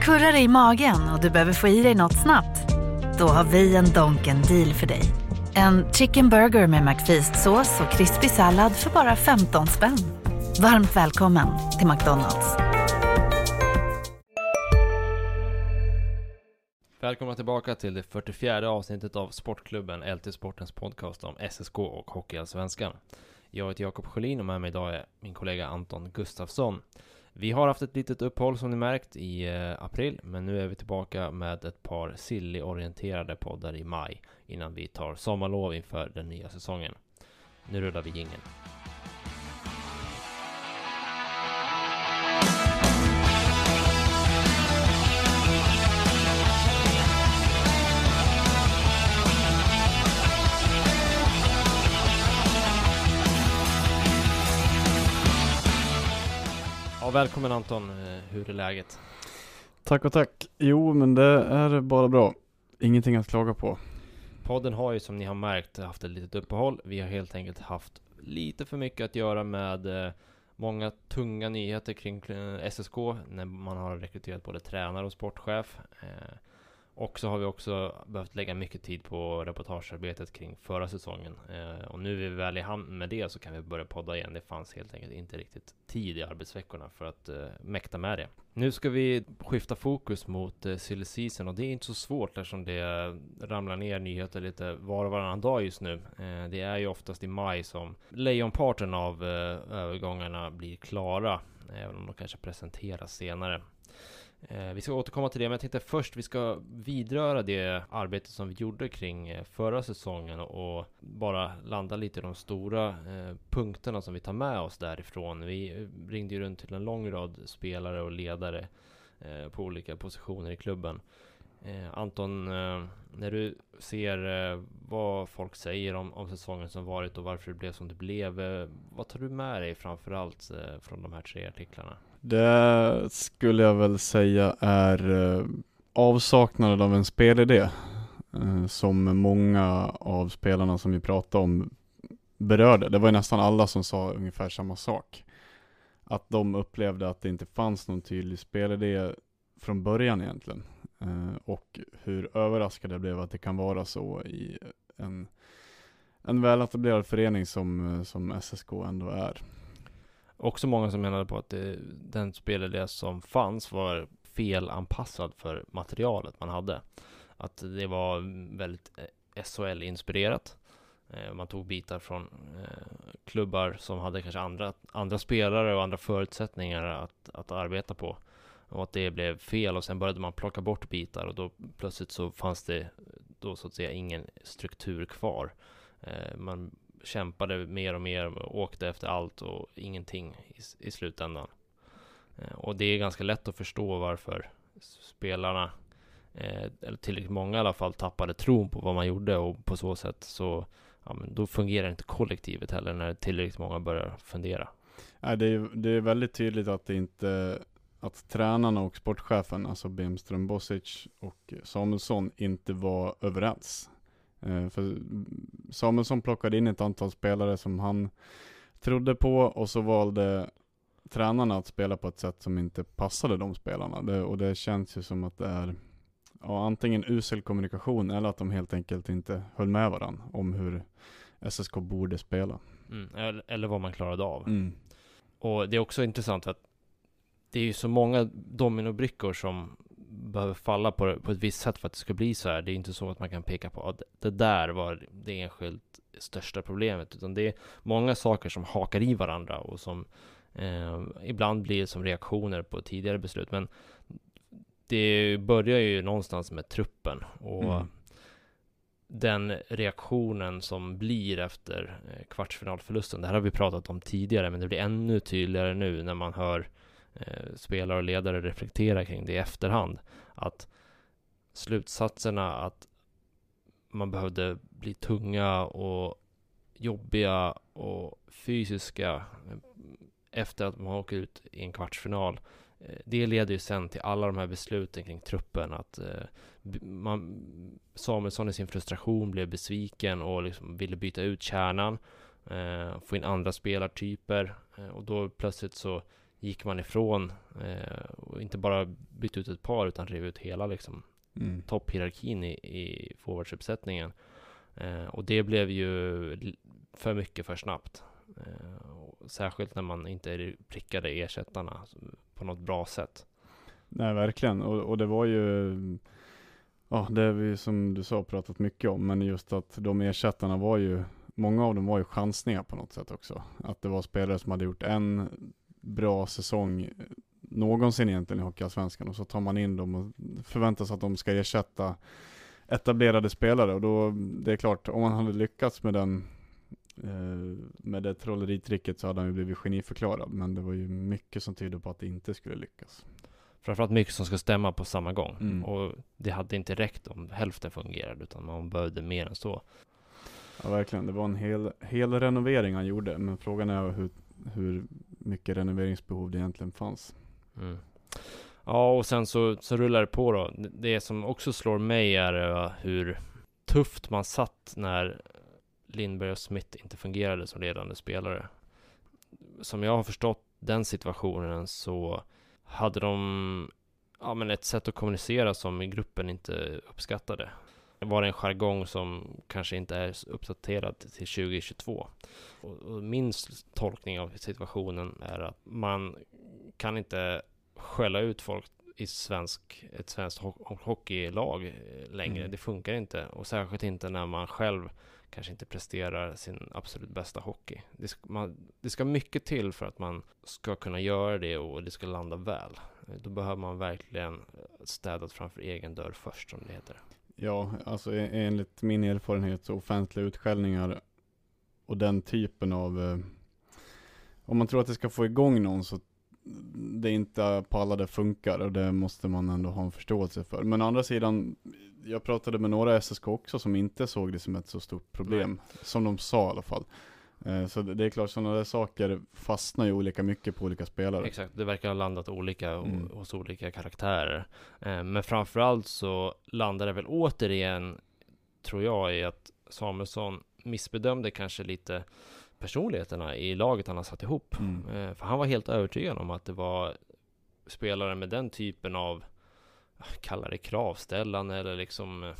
Kurrar i magen och du behöver få i dig något snabbt? Då har vi en Donken deal för dig. En chicken burger med McFeast-sås och krispig sallad för bara 15 spänn. Varmt välkommen till McDonald's. Välkomna tillbaka till det 44:e avsnittet av Sportklubben, LT Sportens podcast om SSK och Hockeyallsvenskan. Jag heter Jakob Sjölin och med mig idag är min kollega Anton Gustafsson. Vi har haft ett litet uppehåll som ni märkt i april, men nu är vi tillbaka med ett par silly-orienterade poddar i maj innan vi tar sommarlov inför den nya säsongen. Nu rullar vi jingeln. Ja, välkommen Anton, hur är läget? Tack och tack. Jo, men det är bara bra. Ingenting att klaga på. Podden har ju som ni har märkt haft ett litet uppehåll. Vi har helt enkelt haft lite för mycket att göra med många tunga nyheter kring SSK när man har rekryterat både tränare och sportchef. Och så har vi också behövt lägga mycket tid på reportagearbetet kring förra säsongen. Och nu är vi väl i hamn med det så kan vi börja podda igen. Det fanns helt enkelt inte riktigt tid i arbetsveckorna för att mäkta med det. Nu ska vi skifta fokus mot silly season och det är inte så svårt eftersom det ramlar ner nyheter lite var och varannan dag just nu. Det är ju oftast i maj som lejonparten av övergångarna blir klara, även om de kanske presenteras senare. Vi ska återkomma till det, men jag tänkte först vi ska vidröra det arbete som vi gjorde kring förra säsongen och bara landa lite i de stora punkterna som vi tar med oss därifrån. Vi ringde ju runt till en lång rad spelare och ledare på olika positioner i klubben. Anton, när du ser vad folk säger om säsongen som varit och varför det blev som det blev, vad tar du med dig framförallt från de här 3 artiklarna? Det skulle jag väl säga är avsaknaden av en spelidé som många av spelarna som vi pratade om berörde. Det var ju nästan alla som sa ungefär samma sak. Att de upplevde att det inte fanns någon tydlig spelidé från början egentligen. Och hur överraskade det blev att det kan vara så i en väletablerad förening som SSK ändå är. Också många som menade på att den spelidé som fanns var felanpassad för materialet man hade. Att det var väldigt SHL-inspirerat. Man tog bitar från klubbar som hade kanske andra spelare och andra förutsättningar att arbeta på. Och att det blev fel och sen började man plocka bort bitar och då plötsligt så fanns det då så att säga ingen struktur kvar. Man kämpade mer och mer och åkte efter allt och ingenting i slutändan. Och det är ganska lätt att förstå varför spelarna, eller tillräckligt många i alla fall, tappade tron på vad man gjorde och på så sätt så men då fungerar inte kollektivet heller när tillräckligt många börjar fundera. Nej, det är väldigt tydligt att tränarna och sportchefen, alltså Bemström, Bosic och Samuelsson inte var överens. För Samuelsson plockade in ett antal spelare som han trodde på och så valde tränarna att spela på ett sätt som inte passade de spelarna. Och det känns ju som att det är antingen usel kommunikation eller att de helt enkelt inte höll med varandra om hur SSK borde spela. Eller vad man klarade av. Och det är också intressant att det är ju så många dominobrickor som behöver falla på ett visst sätt för att det ska bli så här. Det är inte så att man kan peka på att det där var det enskilt största problemet, utan det är många saker som hakar i varandra och som ibland blir som reaktioner på tidigare beslut. Men det börjar ju någonstans med truppen och den reaktionen som blir efter kvartsfinalförlusten. Det här har vi pratat om tidigare, men det blir ännu tydligare nu när man hör spelare och ledare reflektera kring det i efterhand, att slutsatserna att man behövde bli tunga och jobbiga och fysiska efter att man åker ut i en kvartsfinal, det leder ju sen till alla de här besluten kring truppen, att Samuelsson i sin frustration blev besviken och liksom ville byta ut kärnan, få in andra spelartyper, och då plötsligt så gick man ifrån och inte bara bytte ut ett par utan rev ut hela liksom topphierarkin i forwardsuppsättningen. Och det blev ju för mycket för snabbt. Särskilt när man inte prickade ersättarna på något bra sätt. Nej, verkligen. Och det var ju, ja, det har vi som du sa pratat mycket om, men just att de ersättarna var ju, många av dem var ju chansningar på något sätt också. Att det var spelare som hade gjort en bra säsong någonsin egentligen i Hockeyallsvenskan, och så tar man in dem och förväntas att de ska ersätta etablerade spelare, och då, det är klart, om man hade lyckats med den med det trolleritricket så hade han ju blivit geniförklarad, men det var ju mycket som tydde på att det inte skulle lyckas. Framförallt mycket som ska stämma på samma gång. Och det hade inte räckt om hälften fungerade, utan man behövde mer än så. Ja, verkligen. Det var en hel renovering han gjorde, men frågan är hur mycket renoveringsbehov det egentligen fanns. Ja, och sen så rullar det på då. Det som också slår mig är hur tufft man satt när Lindberg och Smith inte fungerade som ledande spelare. Som jag har förstått den situationen så hade de ett sätt att kommunicera som i gruppen inte uppskattade. Det var en jargong som kanske inte är uppdaterad till 2022. Och min tolkning av situationen är att man kan inte skälla ut folk i ett svenskt hockeylag längre. Det funkar inte. Och särskilt inte när man själv kanske inte presterar sin absolut bästa hockey. Det ska mycket till för att man ska kunna göra det och det ska landa väl. Då behöver man verkligen städat framför egen dörr först, som det heter. Ja, alltså enligt min erfarenhet så offentliga utskällningar och den typen av om man tror att det ska få igång någon, så det är inte på alla det funkar, och det måste man ändå ha en förståelse för. Men å andra sidan, jag pratade med några SSK också som inte såg det som ett så stort problem. Nej. Som de sa i alla fall. Så det är klart, sådana där saker fastnar ju olika mycket på olika spelare. Exakt, det verkar ha landat olika hos olika karaktärer. Men framförallt så landar det väl återigen, tror jag, i att Samuelsson missbedömde kanske lite personligheterna i laget han har satt ihop. För han var helt övertygad om att det var spelare med den typen av, kallar det kravställande eller liksom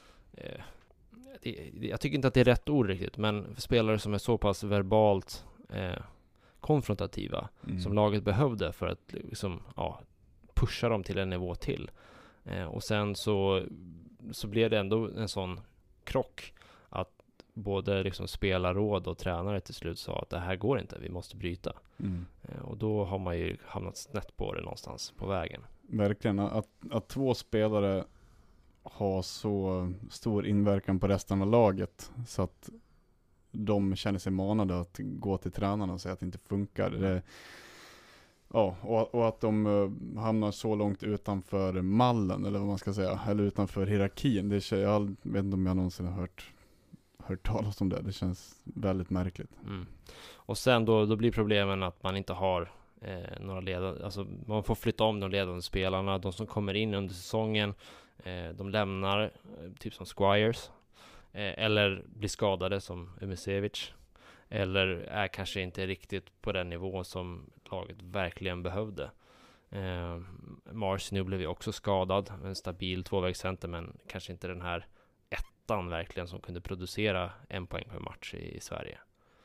jag tycker inte att det är rätt ord riktigt, men spelare som är så pass verbalt konfrontativa som laget behövde för att liksom, pusha dem till en nivå till. Och sen så blev det ändå en sån krock att både liksom spelarråd och tränare till slut sa att det här går inte, vi måste bryta. Och då har man ju hamnat snett på det någonstans på vägen. Verkligen, att två spelare har så stor inverkan på resten av laget så att de känner sig manade att gå till tränarna och säga att det inte funkar. Och att de hamnar så långt utanför mallen, eller vad man ska säga, eller utanför hierarkin. Jag vet inte om jag någonsin har hört talas om det. Det känns väldigt märkligt. Och sen då blir problemen att man inte har några ledande, alltså man får flytta om de ledande spelarna. De som kommer in under säsongen, de lämnar, typ som Squires, eller blir skadade som Umesevic, eller är kanske inte riktigt på den nivå som laget verkligen behövde. Mars nu blev ju också skadad, en stabil tvåvägscenter, men kanske inte den här ettan verkligen som kunde producera 1 poäng per match i Sverige.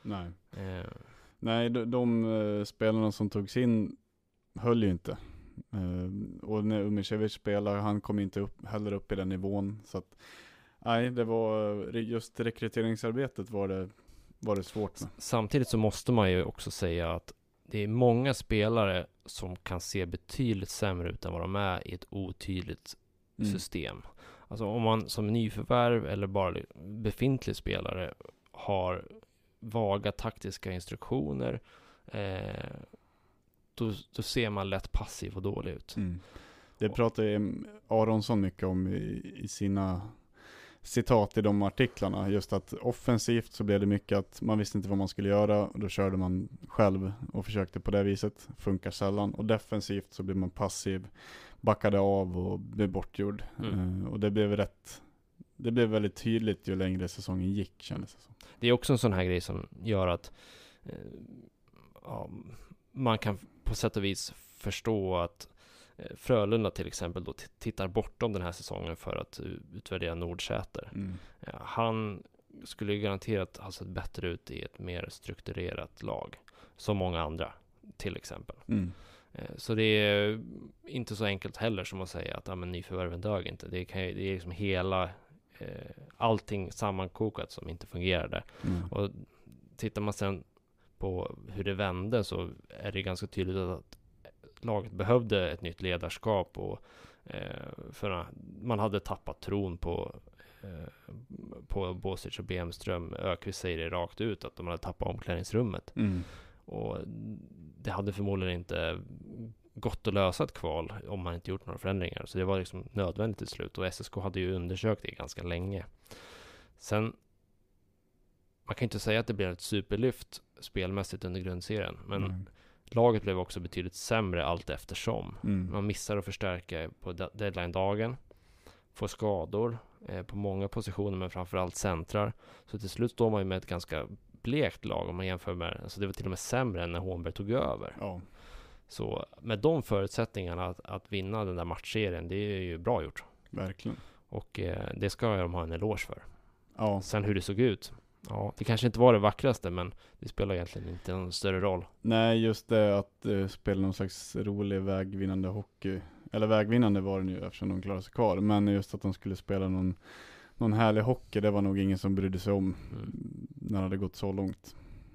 Nej, de spelarna som togs in höll ju inte. Och när Umesevic spelade, han kom inte heller upp i den nivån. Så att, nej, det var just rekryteringsarbetet var det svårt med. Samtidigt så måste man ju också säga att det är många spelare som kan se betydligt sämre ut än vad de är i ett otydligt system. Alltså om man som nyförvärv eller bara befintlig spelare har vaga taktiska instruktioner, då ser man lätt passiv och dålig ut. Det pratar Aronsson mycket om i sina citat i de artiklarna. Just att offensivt så blev det mycket att man visste inte vad man skulle göra, och då körde man själv och försökte på det viset. Funkar sällan. Och defensivt så blev man passiv, backade av och blev bortgjord. Och det blev väldigt tydligt ju längre säsongen gick, kändes det som. Det är också en sån här grej som gör att man kan på sätt och vis förstå att Frölunda till exempel då tittar bortom den här säsongen för att utvärdera Nordsäter. Han skulle ju garanterat ha sett bättre ut i ett mer strukturerat lag, som många andra till exempel. Så det är inte så enkelt heller som att säga att nyförvärven dög inte. Det är liksom hela allting sammankokat som inte fungerade. Och tittar man sen på hur det vände, så är det ganska tydligt att laget behövde ett nytt ledarskap, och för man hade tappat tron på Bosic och Bemström. Ökvist säger det rakt ut att de hade tappat omklädningsrummet. Och det hade förmodligen inte gått att lösa ett kval om man inte gjort några förändringar. Så det var liksom nödvändigt till slut. Och SSK hade ju undersökt det ganska länge. Sen, man kan inte säga att det blev ett superlyft spelmässigt under grundserien. Men laget blev också betydligt sämre allt eftersom. Man missar att förstärka på deadline-dagen. Får skador på många positioner, men framförallt centrar. Så till slut står man ju med ett ganska blekt lag om man jämför med, alltså det var till och med sämre än när Hånberg tog över. Så med de förutsättningarna att vinna den där matchserien, det är ju bra gjort. Verkligen. Och det ska de ha en eloge för. Sen hur det såg ut, det kanske inte var det vackraste, men det spelar egentligen inte någon större roll. Nej, just det att spela någon slags rolig vägvinnande hockey. Eller vägvinnande var det nu eftersom de klarade sig kvar. Men just att de skulle spela någon härlig hockey, det var nog ingen som brydde sig om när det hade gått så långt.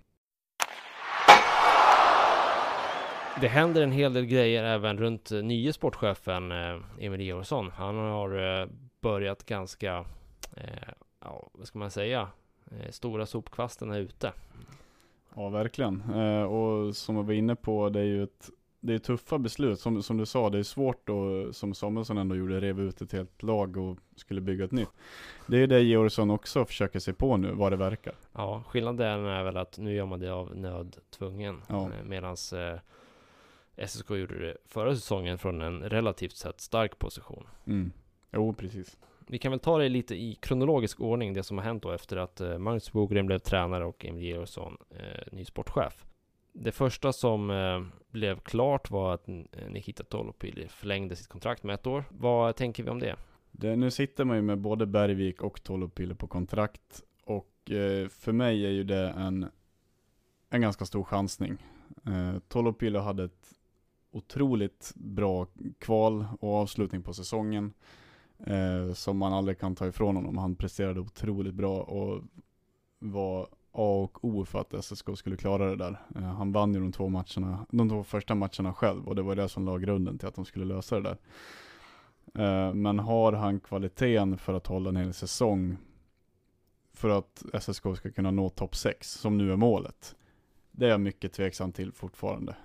Det händer en hel del grejer även runt nye sportchefen Emil Georgsson. Han har börjat ganska, vad ska man säga, stora sopkvasten är ute. Ja, verkligen. Och som jag var inne på, det är tuffa beslut. Som du sa, det är svårt att, som Samuelsson ändå gjorde, reva ut ett helt lag och skulle bygga ett nytt. Det är det Georgsson också försöker sig på nu, vad det verkar. Ja, skillnaden är väl att nu gör man det av nödtvungen. Medan SSK gjorde det förra säsongen från en relativt sett stark position. Jo, precis. Vi kan väl ta det lite i kronologisk ordning, det som har hänt då efter att Magnus Bogren blev tränare och Emil Georgsson ny sportchef. Det första som blev klart var att Nikita Tolopili förlängde sitt kontrakt med 1 år. Vad tänker vi om det? Nu sitter man ju med både Bergvik och Tolopili på kontrakt. Och för mig är ju det en ganska stor chansning. Tolopili hade ett otroligt bra kval och avslutning på säsongen. Som man aldrig kan ta ifrån honom. Han presterade otroligt bra och var A och O för att SSK skulle klara det där. Han vann ju de 2 första matcherna själv, och det var det som la grunden till att de skulle lösa det där. Men har han kvaliteten för att hålla en hel säsong för att SSK ska kunna nå topp 6, som nu är målet? Det är jag mycket tveksam till fortfarande.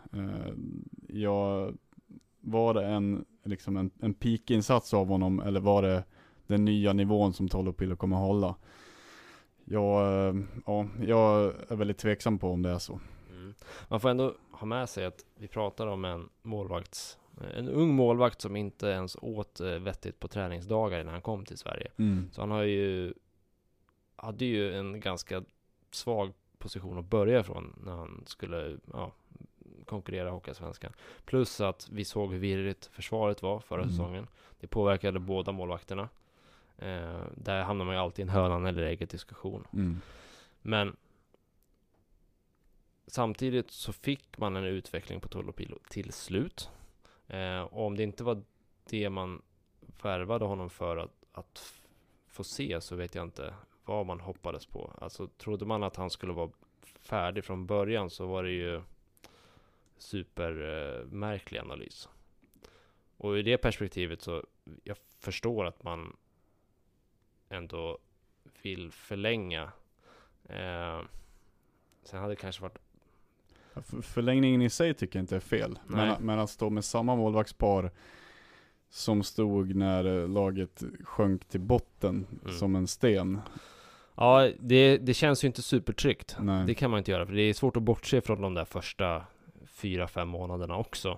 Var det en peakinsats av honom, eller var det den nya nivån som Tolopilo kommer att hålla? Jag är väldigt tveksam på om det är så. Man får ändå ha med sig att vi pratar om en ung målvakt som inte ens åt vettigt på träningsdagar när han kom till Sverige. Så han hade ju en ganska svag position att börja från när han skulle konkurrera Hockeyallsvenskan. Plus att vi såg hur virrigt försvaret var förra säsongen. Det påverkade båda målvakterna. Där hamnar man ju alltid i en hönan eller ägget diskussion. Men samtidigt så fick man en utveckling på Tolopilo till slut. Och om det inte var det man värvade honom för att få se, så vet jag inte vad man hoppades på. Alltså trodde man att han skulle vara färdig från början, så var det ju supermärklig analys. Och i det perspektivet så jag förstår att man ändå vill förlänga. Sen hade det kanske varit... Förlängningen i sig tycker jag inte är fel. Men att stå med samma målvaktspar som stod när laget sjönk till botten som en sten. Ja, det känns ju inte supertryggt. Nej. Det kan man inte göra, för det är svårt att bortse från de där första 4-5 månaderna också.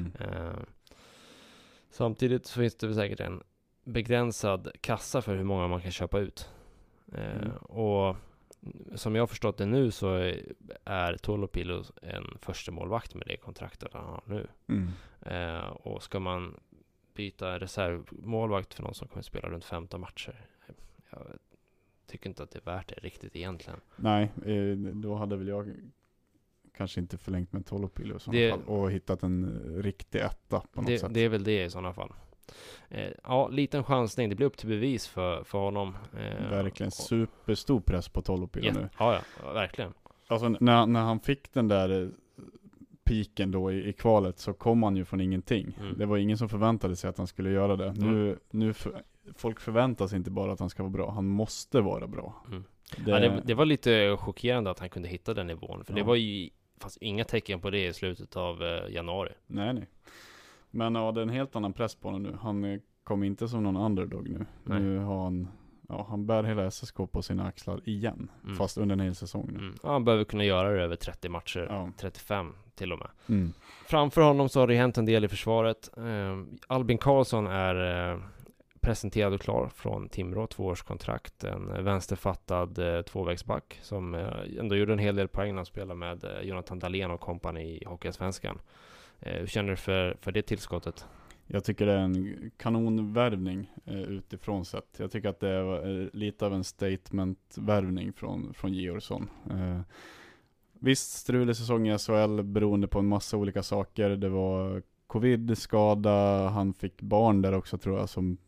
Samtidigt så finns det väl säkert en begränsad kassa för hur många man kan köpa ut. Och som jag har förstått det nu så är Tolopilo en första målvakt med det kontraktet han har nu. Och ska man byta reservmålvakt för någon som kommer spela runt 15 matcher, jag tycker inte att det är värt det riktigt egentligen. Nej, då hade väl jag kanske inte förlängt med Tolopilo i sådana fall och hittat en riktig etta på något sätt. Det är väl det i sådana fall. Ja, liten chansning. Det blir upp till bevis för honom. Verkligen superstor press på Tolopilo nu. Ja, verkligen. Alltså när han fick den där piken då i kvalet så kom han ju från ingenting. Det var ingen som förväntade sig att han skulle göra det. Nu folk förväntar sig inte bara att han ska vara bra. Han måste vara bra. Det var lite chockerande att han kunde hitta den nivån. För det var ju fast inga tecken på det i slutet av januari. Nej. Men ja, det är en helt annan press på honom nu. Han kom inte som någon underdog nu. Nej. Nu har han bär hela SSK på sina axlar igen. Fast under en hel säsong nu. Ja, han behöver kunna göra det över 30 matcher. 35 till och med. Framför honom så har det hänt en del i försvaret. Albin Karlsson är presenterad och klar från Timrå, 2-årskontrakt. En vänsterfattad tvåvägsback som ändå gjorde en hel del poäng när han spelade med Jonathan Dahlén och kompani i Hockeyallsvenskan. Hur känner du för det tillskottet? Jag tycker det är en kanonvärvning utifrån sett. Jag tycker att det är lite av en statement-värvning från Georgsson. Visst, strulig säsong i SHL beroende på en massa olika saker. Det var covid-skada, han fick barn där också tror jag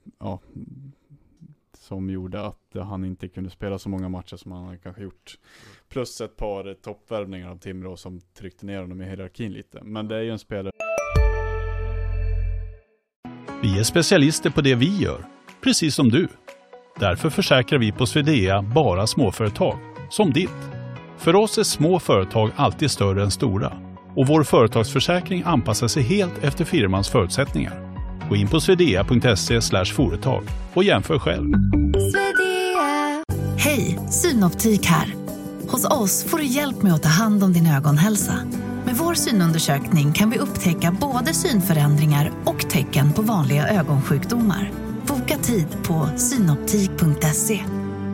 som gjorde att han inte kunde spela så många matcher som han kanske gjort. Plus ett par toppvärvningar av Timrå som tryckte ner honom i hierarkin lite. Men det är ju en spelare. Vi är specialister på det vi gör, precis som du. Därför försäkrar vi på Swedea bara småföretag, som ditt. För oss är små företag alltid större än stora. Och vår företagsförsäkring anpassar sig helt efter firmans förutsättningar. Gå in på swedea.se/företag och jämför själv. Hej, Synoptik här. Hos oss får du hjälp med att ta hand om din ögonhälsa. Med vår synundersökning kan vi upptäcka både synförändringar och tecken på vanliga ögonsjukdomar. Boka tid på synoptik.se.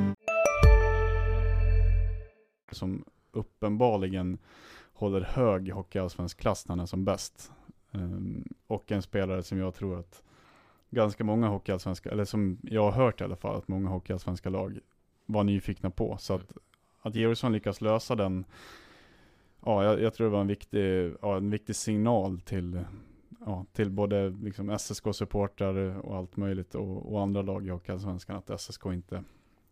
Som uppenbarligen håller hög hockeyallsvensk klass när han är som bäst. Och en spelare som jag tror att ganska många hockeyallsvenska, eller som jag har hört i alla fall, att många hockeyallsvenska lag var nyfikna på. Så att Georgsson lyckas lösa den, jag tror det var en viktig signal till både liksom SSK-supportrar och allt möjligt och andra lag i hockeyallsvenskan att SSK inte...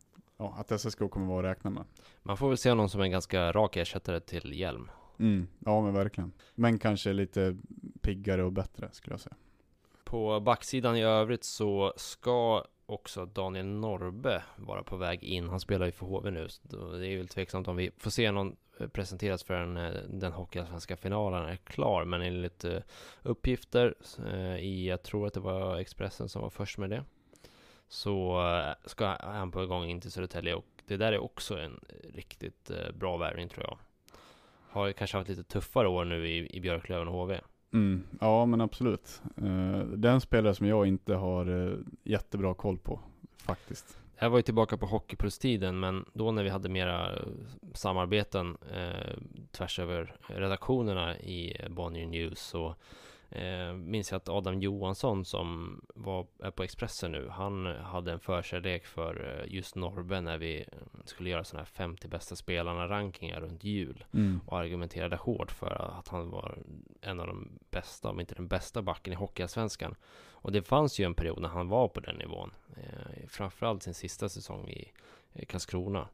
att SSK kommer vara att räkna med. Man får väl se någon som en ganska rak ersättare till Hjelm. Ja, men verkligen. Men kanske lite piggare och bättre skulle jag säga. På backsidan i övrigt så ska också Daniel Norbe vara på väg in. Han spelar ju för HV nu. Så det är väl tveksamt om vi får se någon presenteras förrän den hockeyallsvenska finalen är klar. Men enligt uppgifter jag tror att det var Expressen som var först med det, så ska han på gång in till Södertälje, och det där är också en riktigt bra värvning tror jag. Har kanske haft lite tuffare år nu i Björklöven och HV. Ja, men absolut. Den spelare som jag inte har jättebra koll på faktiskt. Jag var ju tillbaka på Hockeypuls-tiden, men då när vi hade mera samarbeten tvärs över redaktionerna i Bonnier News, så minns jag att Adam Johansson som är på Expressen nu, han hade en förkärlek för just Norbe när vi skulle göra sådana här 50 bästa spelarna rankingar runt jul, och argumenterade hårt för att han var en av de bästa, om inte den bästa backen i Hockeyallsvenskan. Och det fanns ju en period när han var på den nivån, framförallt sin sista säsong i Karlskrona.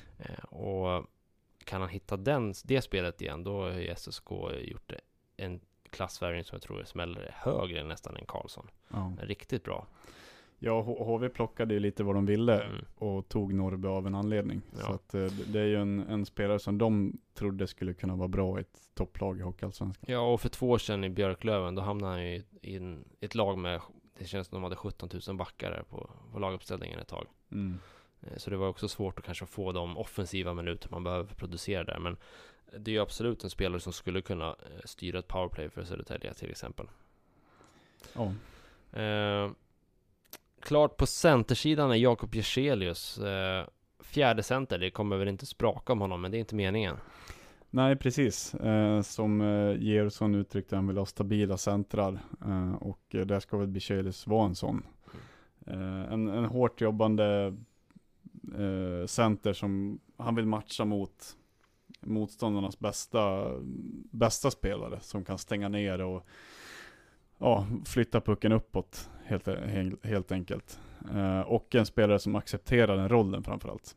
Och kan han hitta det spelet igen, då har ju SSK gjort en klassvärvning som jag tror smäller högre än nästan en Karlsson. Riktigt bra. Ja, HV plockade ju lite vad de ville och tog Norrby av en anledning. Ja. Så att det är ju en spelare som de trodde skulle kunna vara bra i ett topplag i Hockeyallsvenskan. Ja, och för 2 år sedan i Björklöven, då hamnade han ju i ett lag med, det känns som de hade 17 000 backare på laguppställningen ett tag. Så det var också svårt att kanske få de offensiva minuter man behöver producera där, men det är ju absolut en spelare som skulle kunna styra ett powerplay för Södertälje till exempel. Klart på centersidan är Jakob Jerselius. fjärde center, det kommer väl inte spraka om honom, men det är inte meningen. Nej, precis. Som Georgsson uttryckte, han vill ha stabila centrar. Och där ska väl Bichelis vara en sån. En hårt jobbande center som han vill matcha mot motståndarnas bästa spelare. Som kan stänga ner och flytta pucken uppåt helt enkelt. Och en spelare som accepterar den rollen framförallt.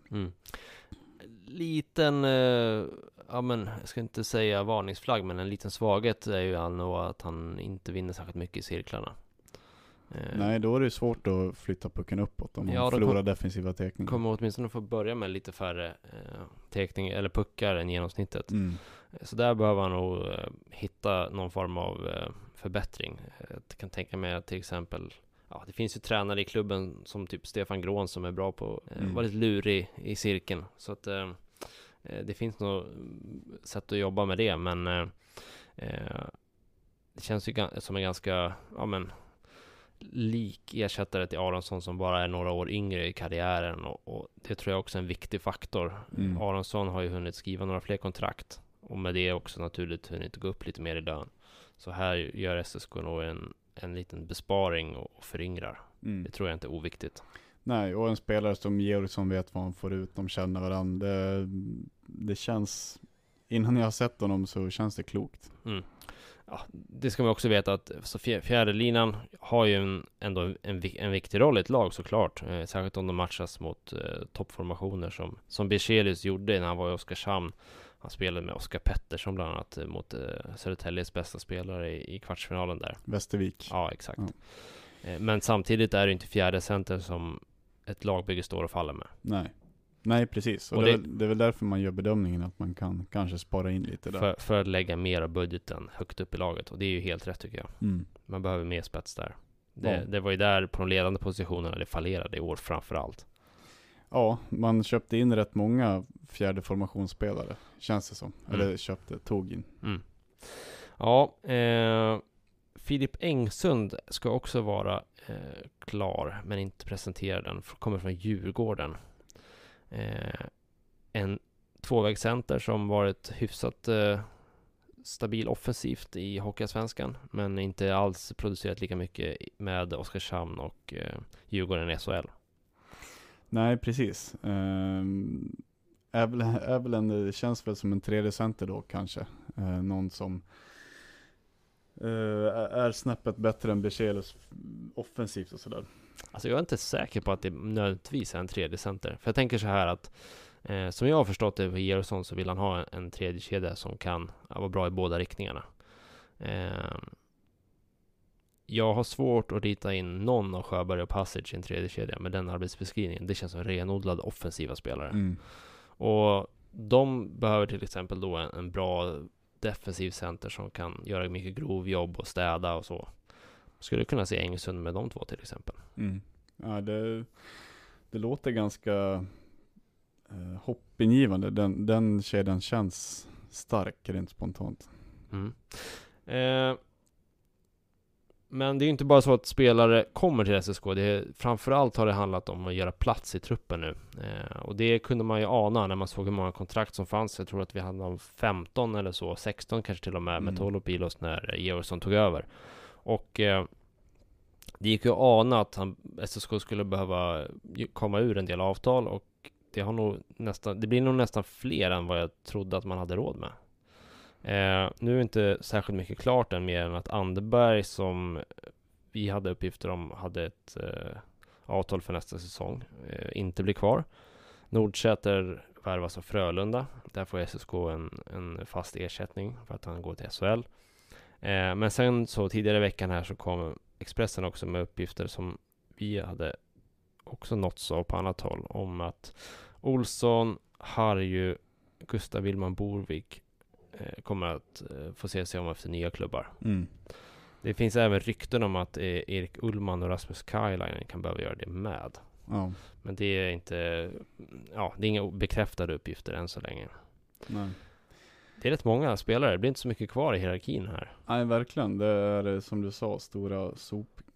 Liten, jag ska inte säga varningsflagg, men en liten svaghet är ju att han inte vinner särskilt mycket i cirklarna. Nej, då är det svårt att flytta pucken uppåt om man förlorar defensiva teckningar. Kommer åtminstone få börja med lite färre teckning eller puckar än genomsnittet. Så där behöver han nog hitta någon form av förbättring. Jag kan tänka mig att till exempel, det finns ju tränare i klubben som typ Stefan Grån som är bra på vara lite lurig i cirkeln. Så att det finns nog sätt att jobba med det, men det känns ju som en ganska lik ersättare till Aronsson som bara är några år yngre i karriären, och det tror jag också är en viktig faktor. Aronsson har ju hunnit skriva några fler kontrakt och med det också naturligt hunnit gå upp lite mer i lön. Så här gör SSK nog en liten besparing och föryngrar. Det tror jag inte är oviktigt. Nej, och en spelare som Georgsson vet vad han får ut, de känner varandra. Det känns, innan jag har sett honom så känns det klokt. Det ska man också veta att så fjärde linan har ju ändå en viktig roll i ett lag såklart. Särskilt om de matchas mot toppformationer som Bichelis gjorde när han var i Oskarshamn. Han spelade med Oskar Pettersson bland annat mot Södertäljes bästa spelare i kvartsfinalen där. Västervik. Ja, exakt. Men samtidigt är det inte fjärde center som ett lagbygge står och faller med. Nej, precis. Och det är väl därför man gör bedömningen att man kan kanske spara in lite där. För att lägga mer av budgeten högt upp i laget. Och det är ju helt rätt tycker jag. Man behöver mer spets där. Det var ju där på de ledande positionerna det fallerade i år framförallt. Ja, man köpte in rätt många fjärde formationsspelare, känns det som. Eller tog in. Ja, Filip Engsund ska också vara klar, men inte presenterad än. Kommer från Djurgården. En tvåvägscenter som varit hyfsat stabil offensivt i Hockeyallsvenskan, men inte alls producerat lika mycket med Oskarshamn och Djurgården i SHL. Nej, precis. Det känns väl som en tredje center då kanske. Någon som är snäppet bättre än Bichelis offensivt och sådär. Alltså jag är inte säker på att det nödvändigtvis är en tredje center. För jag tänker så här att som jag har förstått det på Georgsson så vill han ha en tredje kedja som kan vara bra i båda riktningarna. Jag har svårt att rita in någon av Sjöberg och Passage i en tredje kedja med den arbetsbeskrivningen. Det känns som renodlade offensiva spelare. Och de behöver till exempel då en bra defensiv center som kan göra mycket grov jobb och städa och så. Skulle kunna se Engsund med de två till exempel. Ja, det låter ganska hoppingivande. Den kedjan känns stark rent spontant. Men det är ju inte bara så att spelare kommer till SSK. Framförallt har det handlat om att göra plats i truppen nu. Och det kunde man ju ana när man såg hur många kontrakt som fanns. Jag tror att vi hade om 15 eller så, 16 kanske till och med Tolopilos när Georgsson tog över. Och det gick ju att ana att SSK skulle behöva komma ur en del avtal, och det blir nog nästan fler än vad jag trodde att man hade råd med. Nu är inte särskilt mycket klart än, mer än att Anderberg, som vi hade uppgifter om hade ett avtal för nästa säsong, inte blir kvar. Nordsäter värvas av Frölunda. Där får SSK en fast ersättning för att han går till SHL. Men sen så tidigare i veckan här så kom Expressen också med uppgifter som vi hade också nåtts av på annat håll, om att Olsson, Harju, Gustav Willman Borvik kommer att få se sig om efter nya klubbar. Det finns även rykten om att Erik Ullman och Rasmus Kajlainen kan behöva göra det med. Men det är inte, det är inga bekräftade uppgifter än så länge. Nej. Det är rätt många spelare, det blir inte så mycket kvar i hierarkin här. Nej, verkligen. Det är som du sa, stora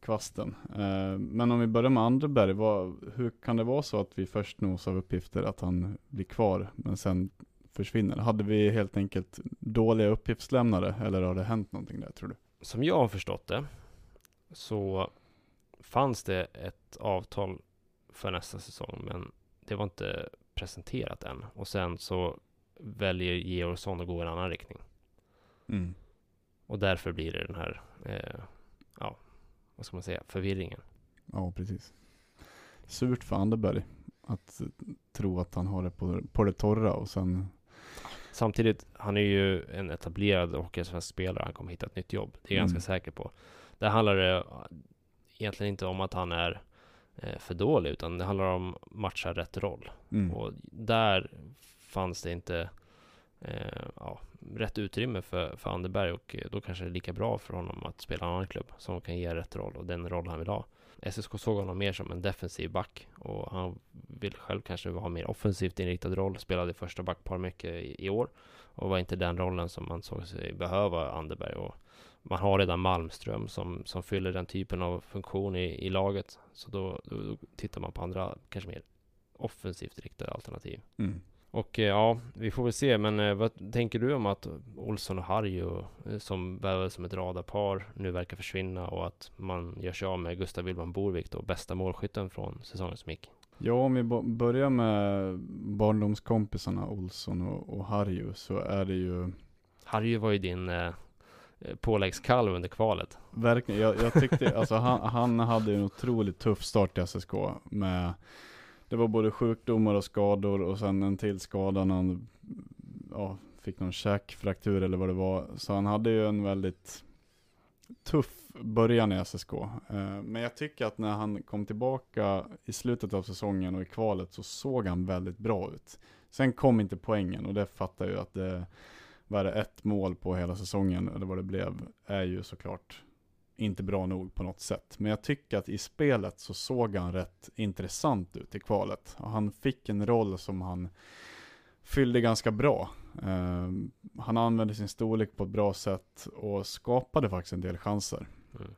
kvasten. Men om vi börjar med Anderberg, hur kan det vara så att vi först nås av uppgifter att han blir kvar men sen försvinner? Hade vi helt enkelt dåliga uppgiftslämnare eller har det hänt någonting där, tror du? Som jag har förstått det så fanns det ett avtal för nästa säsong, men det var inte presenterat än. Och sen så väljer Georgsson att gå i en annan riktning. Och därför blir det den här vad ska man säga, förvirringen. Ja, precis. Surt för Anderberg att tro att han har det på det torra och sen... Samtidigt, han är ju en etablerad hockeysvensk spelare. Han kommer hitta ett nytt jobb. Det är jag ganska säker på. Där handlar det egentligen inte om att han är för dålig, utan det handlar om matcha rätt roll. Och där fanns det inte rätt utrymme för Anderberg, och då kanske det är lika bra för honom att spela en annan klubb som kan ge rätt roll och den roll han vill ha. SSK såg honom mer som en defensiv back, och han vill själv kanske ha mer offensivt inriktad roll. Spelade första backpar mycket i år och var inte den rollen som man såg sig behöva Anderberg, och man har redan Malmström som fyller den typen av funktion i laget, så då tittar man på andra kanske mer offensivt riktade alternativ. Och vi får väl se, men vad tänker du om att Olsson och Harju som började som ett radarpar nu verkar försvinna, och att man gör sig av med Gustav Willman Borvik då, bästa målskytten från säsongen som gick? Ja, om vi börjar med barndomskompisarna Olsson och Harju, så är det ju... Harju var ju din påläggskalv under kvalet. Verkligen, jag tyckte, alltså han hade en otroligt tuff start i SSK med... Det var både sjukdomar och skador, och sen en till skada när han fick någon käkfraktur eller vad det var. Så han hade ju en väldigt tuff början i SSK. Men jag tycker att när han kom tillbaka i slutet av säsongen och i kvalet så såg han väldigt bra ut. Sen kom inte poängen, och det fattar ju att det var ett mål på hela säsongen, eller vad det blev, är ju såklart inte bra nog på något sätt. Men jag tycker att i spelet så såg han rätt intressant ut i kvalet. Och han fick en roll som han fyllde ganska bra. Han använde sin storlek på ett bra sätt och skapade faktiskt en del chanser.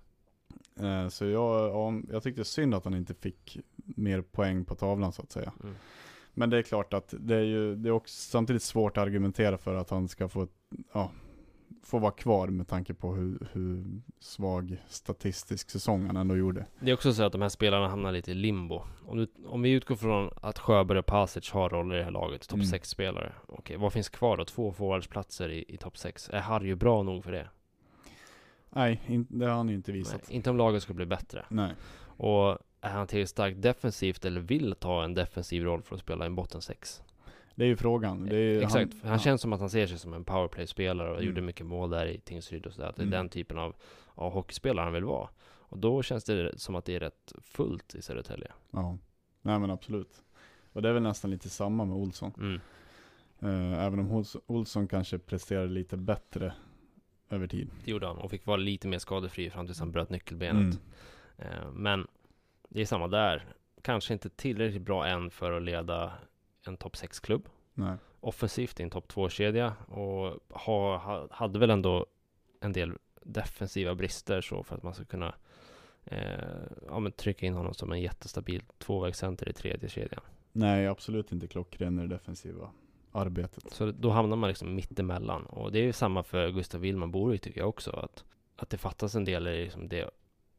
Så jag tyckte det är synd att han inte fick mer poäng på tavlan, så att säga. Men det är klart att det är också samtidigt svårt att argumentera för att han ska få vara kvar med tanke på hur svag statistisk säsong han ändå gjorde. Det är också så att de här spelarna hamnar lite i limbo. Om vi utgår från att Sjöberg och Pasic har roller i det här laget, topp 6-spelare. Okej, vad finns kvar då? 2 forwardsplatser i topp 6. Är Harju bra nog för det? Nej, det har han ju inte visat. Nej, inte om laget ska bli bättre. Nej. Och är han till starkt defensivt eller vill ta en defensiv roll för att spela i en botten 6? Det är ju frågan. Exakt, han känns som att han ser sig som en powerplay-spelare och gjorde mycket mål där i Tingsryd och sådär. Det är den typen av hockeyspelare han vill vara. Och då känns det som att det är rätt fullt i Södertälje. Ja, nej men absolut. Och det är väl nästan lite samma med Olsson. Även om Olsson kanske presterade lite bättre över tid. Det gjorde han, och fick vara lite mer skadefri fram tills han bröt nyckelbenet. Men det är samma där. Kanske inte tillräckligt bra än för att leda en topp 6-klubb. Offensivt i en topp 2-kedja, och hade väl ändå en del defensiva brister så för att man ska kunna trycka in honom som en jättestabil tvåvägscenter i tredje kedjan. Nej, absolut inte klockren i det defensiva arbetet. Så då hamnar man liksom mittemellan, och det är ju samma för Gustav Willman Borvik, tycker jag också, att det fattas en del i liksom det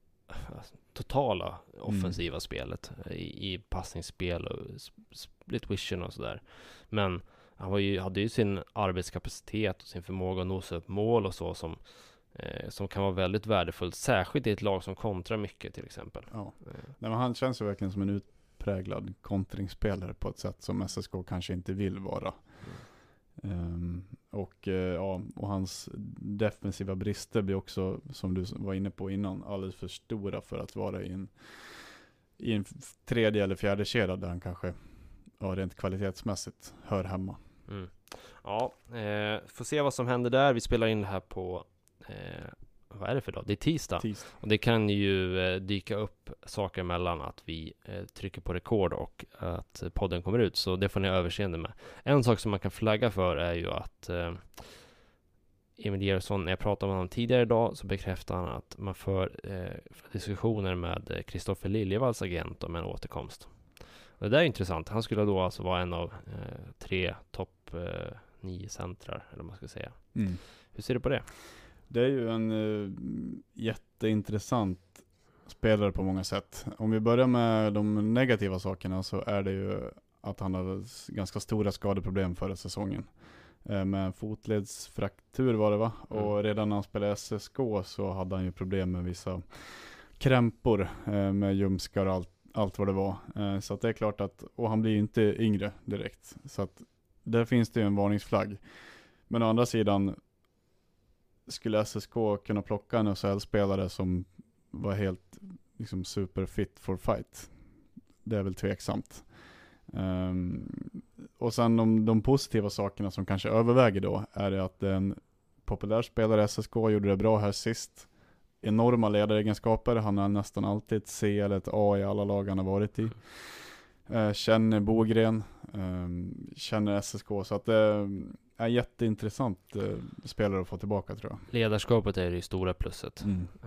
totala offensiva spelet i passningsspel och split vision och sådär. Men han hade ju sin arbetskapacitet och sin förmåga att nosa upp mål och så som kan vara väldigt värdefullt, särskilt i ett lag som kontrar mycket till exempel. Ja. Nej, men han känns ju verkligen som en utpräglad kontringsspelare på ett sätt som SSK kanske inte vill vara. Och hans defensiva brister blir också, som du var inne på innan, alldeles för stora för att vara i en tredje eller fjärde kedja där han kanske rent kvalitetsmässigt hör hemma. Ja, får se vad som händer där. Vi spelar in det här på vad är det för dag? Det är tisdag. Och det kan ju dyka upp saker mellan att vi trycker på rekord och att podden kommer ut. Så det får ni överseende med. En sak som man kan flagga för är ju att Emil Georgsson, när jag pratade med honom tidigare idag, så bekräftade han att man för diskussioner med Kristoffer Liljevalls agent om en återkomst. Och det där är intressant. Han skulle då alltså vara en av 3 topp 9 centrar, eller vad man ska säga. Hur ser du på det? Det är ju en jätteintressant spelare på många sätt. Om vi börjar med de negativa sakerna, så är det ju att han hade ganska stora skadeproblem förra säsongen. Med fotledsfraktur var det, va? Och redan när han spelade SSK så hade han ju problem med vissa krämpor med ljumskar och allt vad det var. Så att det är klart att, och han blir ju inte yngre direkt. Så att där finns det ju en varningsflagg. Men å andra sidan, skulle SSK kunna plocka en SHL-spelare som var helt liksom super fit for fight? Det är väl tveksamt. Och sen de positiva sakerna som kanske överväger då är det att en populär spelare i SSK gjorde det bra här sist. Enorma ledaregenskaper. Han har nästan alltid ett C eller ett A i alla lag han har varit i. Känner Bogren, känner SSK, så att det är jätteintressant spelare att få tillbaka, tror jag. Ledarskapet är det stora plusset.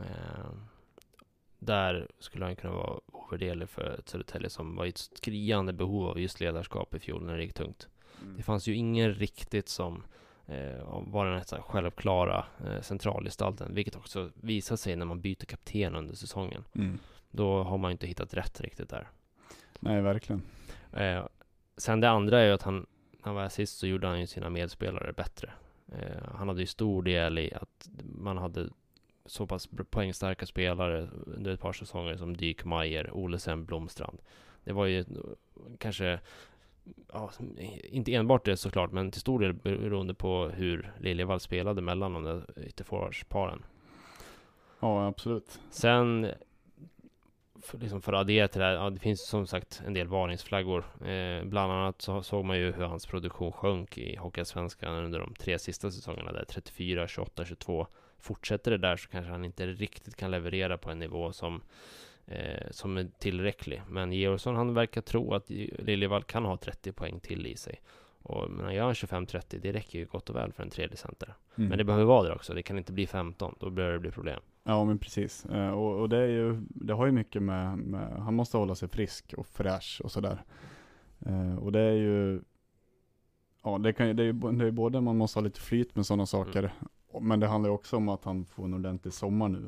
Där skulle han kunna vara ovärderlig för ett Södertälje som var i ett skriande behov av just ledarskap i fjol när det gick tungt. Det fanns ju ingen riktigt som var den här självklara centralgestalten, vilket också visar sig när man byter kapten under säsongen. Då har man inte hittat rätt riktigt där. Nej, verkligen. Sen det andra är ju att han var sist, så gjorde han ju sina medspelare bättre. Han hade ju stor del i att man hade så pass poängstarka spelare under ett par säsonger som Dykmeier, Olesen, Blomstrand. Det var ju kanske inte enbart det såklart, men till stor del beroende på hur Liljevall spelade mellan de där ytterforwardsparen. Ja, absolut. Sen för att addera till det här, det finns som sagt en del varningsflaggor. Bland annat så såg man ju hur hans produktion sjönk i Hockeyallsvenskan under de 3 sista säsongerna där, 34, 28, 22. Fortsätter det där så kanske han inte riktigt kan leverera på en nivå som är tillräcklig. Men Georgsson, han verkar tro att Liljevall kan ha 30 poäng till i sig. Och när han gör 25-30, det räcker ju gott och väl för en tredje center. Men det behöver vara det också. Det kan inte bli 15, då börjar det bli problem. Ja, men precis. Och det har ju mycket med han måste hålla sig frisk och fräsch och sådär. Och det är ju det är ju både man måste ha lite flyt med sådana saker, men det handlar också om att han får en ordentlig sommar nu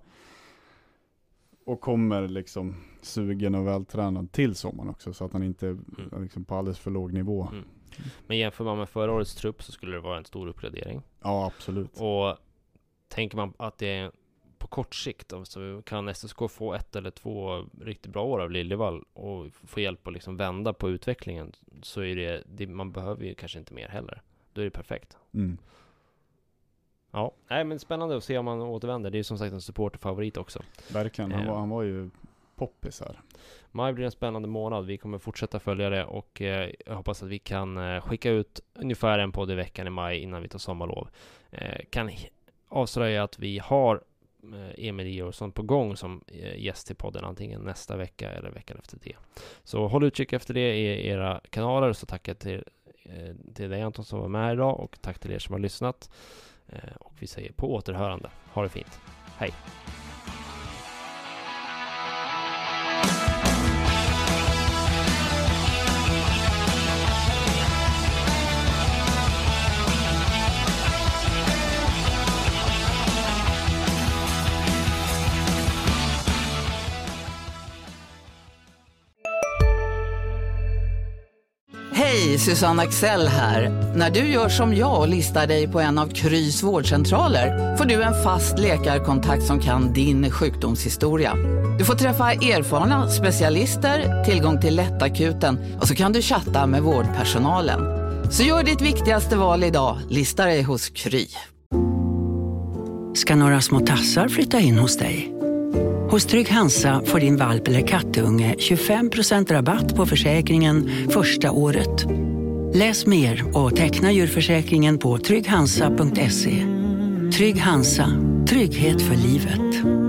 och kommer liksom sugen och vältränad till sommaren också, så att han inte liksom på alldeles för låg nivå. Men jämför man med förra årets trupp så skulle det vara en stor uppgradering. Ja, absolut. Och tänker man att det är på kort sikt, så kan SSK få 1 eller 2 riktigt bra år av Liljevall och få hjälp att liksom vända på utvecklingen, så är det man behöver ju kanske inte mer heller. Då är det perfekt. Ja, men spännande att se om man återvänder. Det är ju som sagt en supporterfavorit också. Verkligen, han var ju poppis här. Maj blir en spännande månad. Vi kommer fortsätta följa det, och jag hoppas att vi kan skicka ut ungefär en podd i veckan i maj innan vi tar sommarlov. Kan avslöja att vi har Emil Georgsson på gång som gäst i podden, antingen nästa vecka eller veckan efter det. Så håll utkik efter det i era kanaler. Så tackar till dig, Anton, som var med idag, och tack till er som har lyssnat. Och vi säger på återhörande. Ha det fint. Hej! Hej, Susanne Axel här. När du gör som jag och listar dig på en av Krys vårdcentraler får du en fast läkarkontakt som kan din sjukdomshistoria. Du får träffa erfarna specialister, tillgång till lättakuten och så kan du chatta med vårdpersonalen. Så gör ditt viktigaste val idag, lista dig hos Kry. Ska några små tassar flytta in hos dig? Hos Trygg Hansa får din valp eller kattunge 25% rabatt på försäkringen första året. Läs mer och teckna djurförsäkringen på trygghansa.se. Trygg Hansa, trygghet för livet.